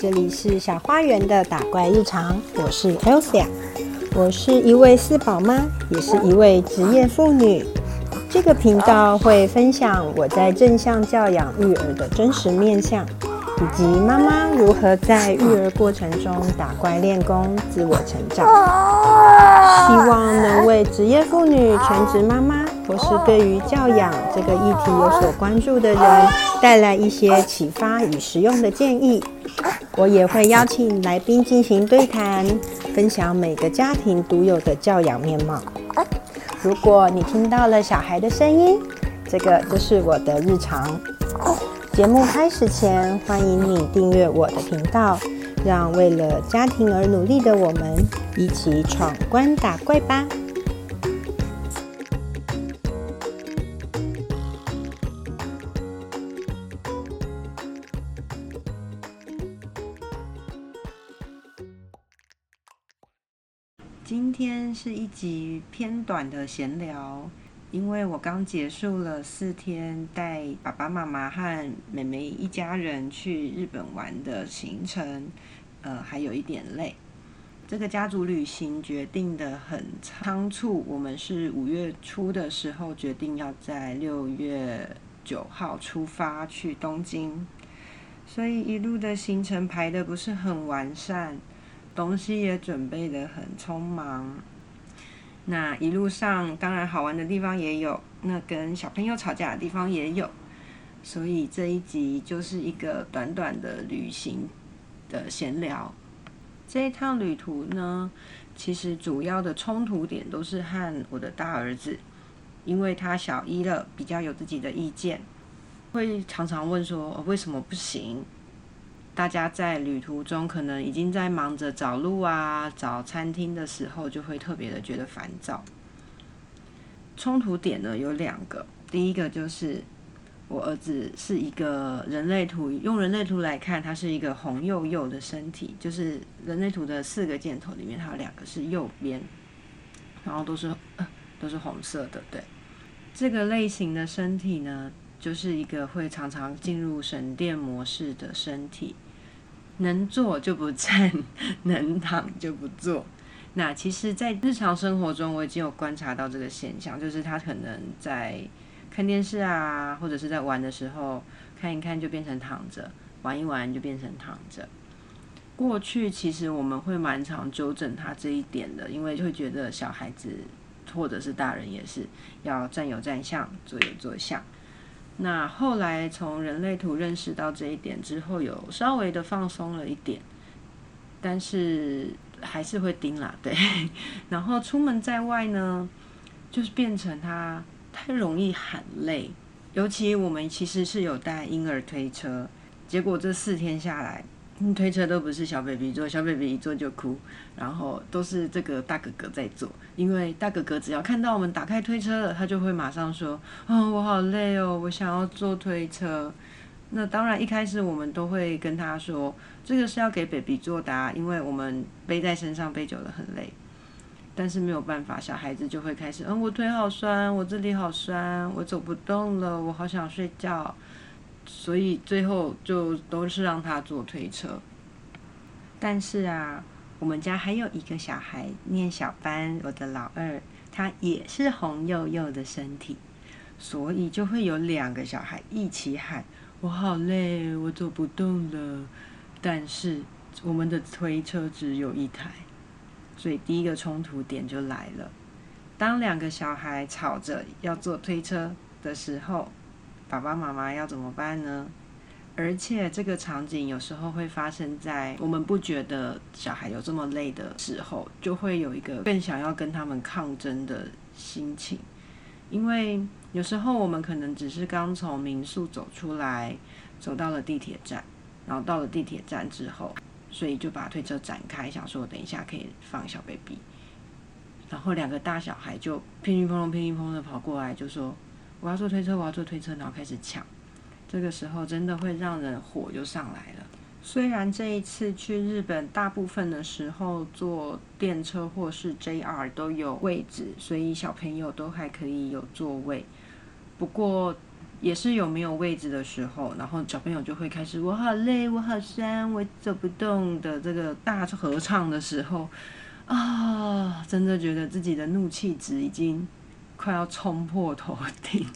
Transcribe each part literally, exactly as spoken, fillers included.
这里是小花园的打怪日常，我是 Elsa， 我是一位四宝妈，也是一位职业妇女。这个频道会分享我在正向教养育儿的真实面向，以及妈妈如何在育儿过程中打怪练功、自我成长。希望能为职业妇女、全职妈妈或是对于教养这个议题有所关注的人带来一些启发与实用的建议。我也会邀请来宾进行对谈，分享每个家庭独有的教养面貌。如果你听到了小孩的声音，这个就是我的日常。节目开始前，欢迎你订阅我的频道，让为了家庭而努力的我们一起闯关打怪吧。今天是一集偏短的闲聊，因为我刚结束了四天带爸爸妈妈和妹妹一家人去日本玩的行程，呃，还有一点累。这个家族旅行决定得很仓促，我们是五月初的时候决定要在六月九号出发去东京，所以一路的行程排得不是很完善，东西也准备得很匆忙。那一路上当然好玩的地方也有，那跟小朋友吵架的地方也有，所以这一集就是一个短短的旅行的闲聊。这一趟旅途呢，其实主要的冲突点都是和我的大儿子，因为他小一了，比较有自己的意见，会常常问说、哦、为什么不行。大家在旅途中可能已经在忙着找路啊、找餐厅的时候，就会特别的觉得烦躁。冲突点呢有两个，第一个就是我儿子是一个人类图，用人类图来看，他是一个红右右的身体，就是人类图的四个箭头里面，它有两个是右边，然后都是、呃、都是红色的。对，这个类型的身体呢，就是一个会常常进入神殿模式的身体。能坐就不站，能躺就不坐。那其实在日常生活中我已经有观察到这个现象，就是他可能在看电视啊，或者是在玩的时候看一看就变成躺着，玩一玩就变成躺着。过去其实我们会蛮常纠正他这一点的，因为会觉得小孩子或者是大人也是要站有站相，坐有坐相。那后来从人类图认识到这一点之后，有稍微的放松了一点，但是还是会盯啦，对。然后出门在外呢，就是变成他太容易喊累，尤其我们其实是有带婴儿推车，结果这四天下来，推车都不是小 baby 坐，小 baby 一坐就哭，然后都是这个大哥哥在坐，因为大哥哥只要看到我们打开推车了，他就会马上说：“哦，我好累哦，我想要坐推车。”那当然一开始我们都会跟他说，这个是要给 baby 坐的啊，因为我们背在身上背久了很累。但是没有办法，小孩子就会开始，嗯，我腿好酸，我这里好酸，我走不动了，我好想睡觉。所以最后就都是让他坐推车。但是啊，我们家还有一个小孩念小班，我的老二，他也是红幼幼的身体，所以就会有两个小孩一起喊：“我好累，我走不动了。”但是我们的推车只有一台，所以第一个冲突点就来了。当两个小孩吵着要坐推车的时候，爸爸妈妈要怎么办呢？而且这个场景有时候会发生在我们不觉得小孩有这么累的时候，就会有一个更想要跟他们抗争的心情。因为有时候我们可能只是刚从民宿走出来，走到了地铁站，然后到了地铁站之后，所以就把推车展开，想说等一下可以放小 baby， 然后两个大小孩就乒乒乓乓乒乒乓乓的跑过来，就说我要坐推车，我要坐推车，然后开始抢。这个时候真的会让人火就上来了。虽然这一次去日本大部分的时候坐电车或是 J R 都有位置，所以小朋友都还可以有座位。不过也是有没有位置的时候，然后小朋友就会开始我好累，我好酸，我走不动的这个大合唱的时候啊，真的觉得自己的怒气值已经快要冲破头顶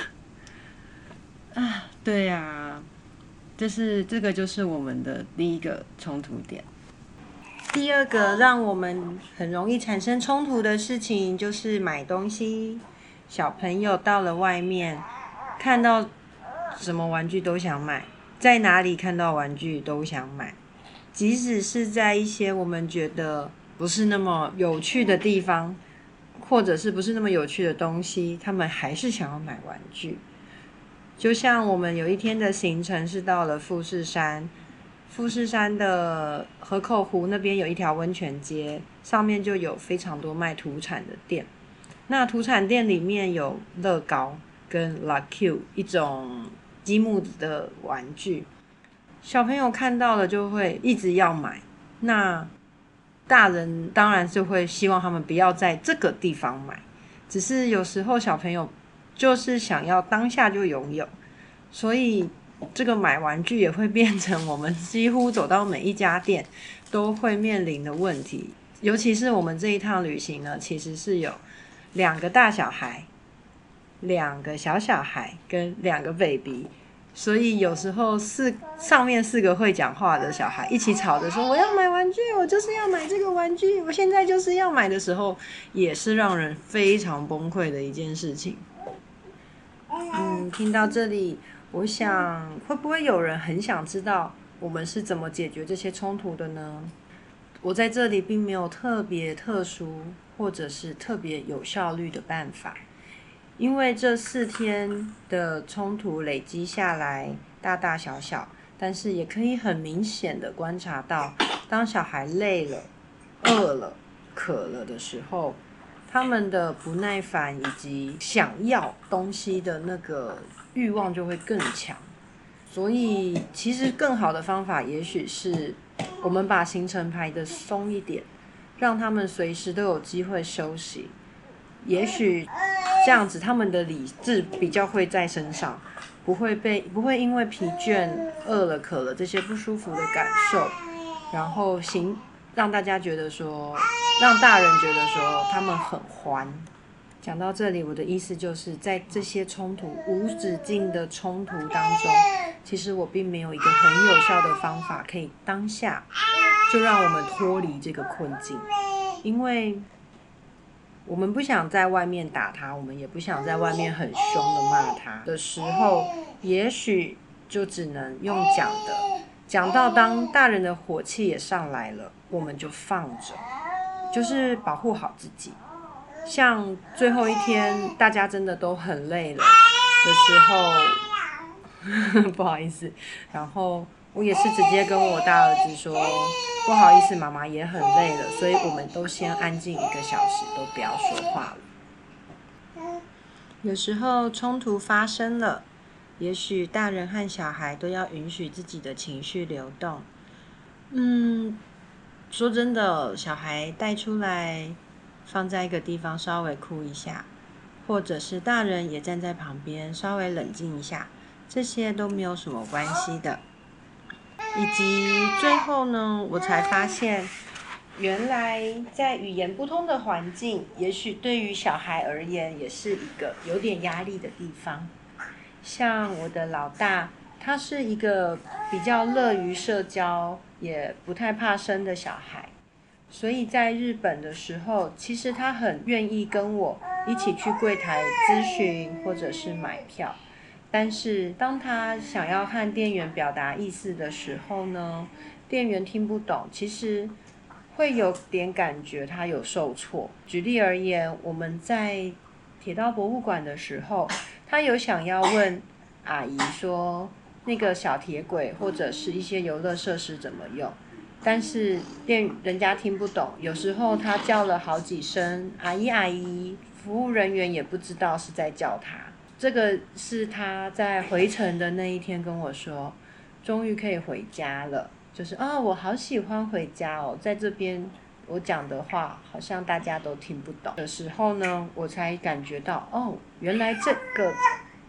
啊！对呀、啊，这是这个就是我们的第一个冲突点。第二个让我们很容易产生冲突的事情就是买东西。小朋友到了外面，看到什么玩具都想买，在哪里看到玩具都想买，即使是在一些我们觉得不是那么有趣的地方，或者是不是那么有趣的东西，他们还是想要买玩具。就像我们有一天的行程是到了富士山，富士山的河口湖那边有一条温泉街，上面就有非常多卖土产的店。那土产店里面有乐高跟 Lucky 一种积木的玩具，小朋友看到了就会一直要买。那大人当然是会希望他们不要在这个地方买，只是有时候小朋友就是想要当下就拥有，所以这个买玩具也会变成我们几乎走到每一家店都会面临的问题。尤其是我们这一趟旅行呢，其实是有两个大小孩，两个小小孩跟两个 baby， 所以有时候四上面四个会讲话的小孩一起吵着说我要买玩具，我就是要买这个玩具，我现在就是要买的时候，也是让人非常崩溃的一件事情。嗯，听到这里，我想会不会有人很想知道我们是怎么解决这些冲突的呢？我在这里并没有特别特殊或者是特别有效率的办法，因为这四天的冲突累积下来大大小小，但是也可以很明显的观察到，当小孩累了、饿了、渴了的时候，他们的不耐烦以及想要东西的那个欲望就会更强。所以其实更好的方法也许是我们把行程排得松一点，让他们随时都有机会休息，也许这样子他们的理智比较会在身上，不会被不会因为疲倦、饿了、渴了这些不舒服的感受，然后行让大家觉得说，让大人觉得说他们很欢。讲到这里，我的意思就是在这些冲突无止境的冲突当中，其实我并没有一个很有效的方法可以当下就让我们脱离这个困境，因为我们不想在外面打他，我们也不想在外面很凶的骂他的时候，也许就只能用讲的，讲到当大人的火气也上来了，我们就放着，就是保护好自己。像最后一天大家真的都很累了的时候不好意思，然后我也是直接跟我大儿子说不好意思，妈妈也很累了，所以我们都先安静一个小时，都不要说话了。有时候冲突发生了，也许大人和小孩都要允许自己的情绪流动。嗯，说真的，小孩带出来放在一个地方稍微哭一下，或者是大人也站在旁边稍微冷静一下，这些都没有什么关系的。以及最后呢，我才发现原来在语言不通的环境，也许对于小孩而言也是一个有点压力的地方。像我的老大，他是一个比较乐于社交也不太怕生的小孩，所以在日本的时候，其实他很愿意跟我一起去柜台咨询或者是买票。但是当他想要和店员表达意思的时候呢，店员听不懂，其实会有点感觉他有受挫。举例而言，我们在铁道博物馆的时候，他有想要问阿姨说那个小铁轨或者是一些游乐设施怎么用，但是店人家听不懂，有时候他叫了好几声阿姨阿姨，服务人员也不知道是在叫他。这个是他在回程的那一天跟我说，终于可以回家了，就是啊、哦，我好喜欢回家哦，在这边我讲的话好像大家都听不懂的时候呢，我才感觉到哦，原来这个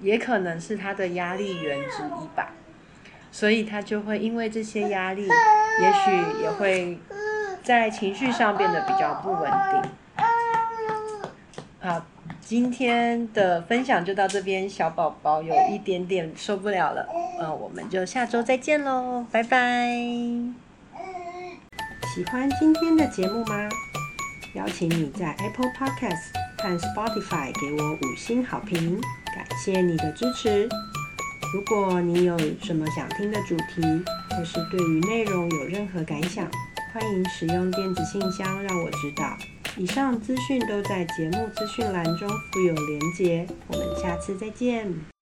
也可能是他的压力源之一吧。所以他就会因为这些压力，也许也会在情绪上变得比较不稳定。好，今天的分享就到这边，小宝宝有一点点受不了了，呃，我们就下周再见咯，拜拜。喜欢今天的节目吗？邀请你在 Apple Podcast 和 Spotify 给我五星好评，感谢你的支持。如果你有什么想听的主题，或是对于内容有任何感想，欢迎使用电子信箱让我知道。以上资讯都在节目资讯栏中附有连结，我们下次再见。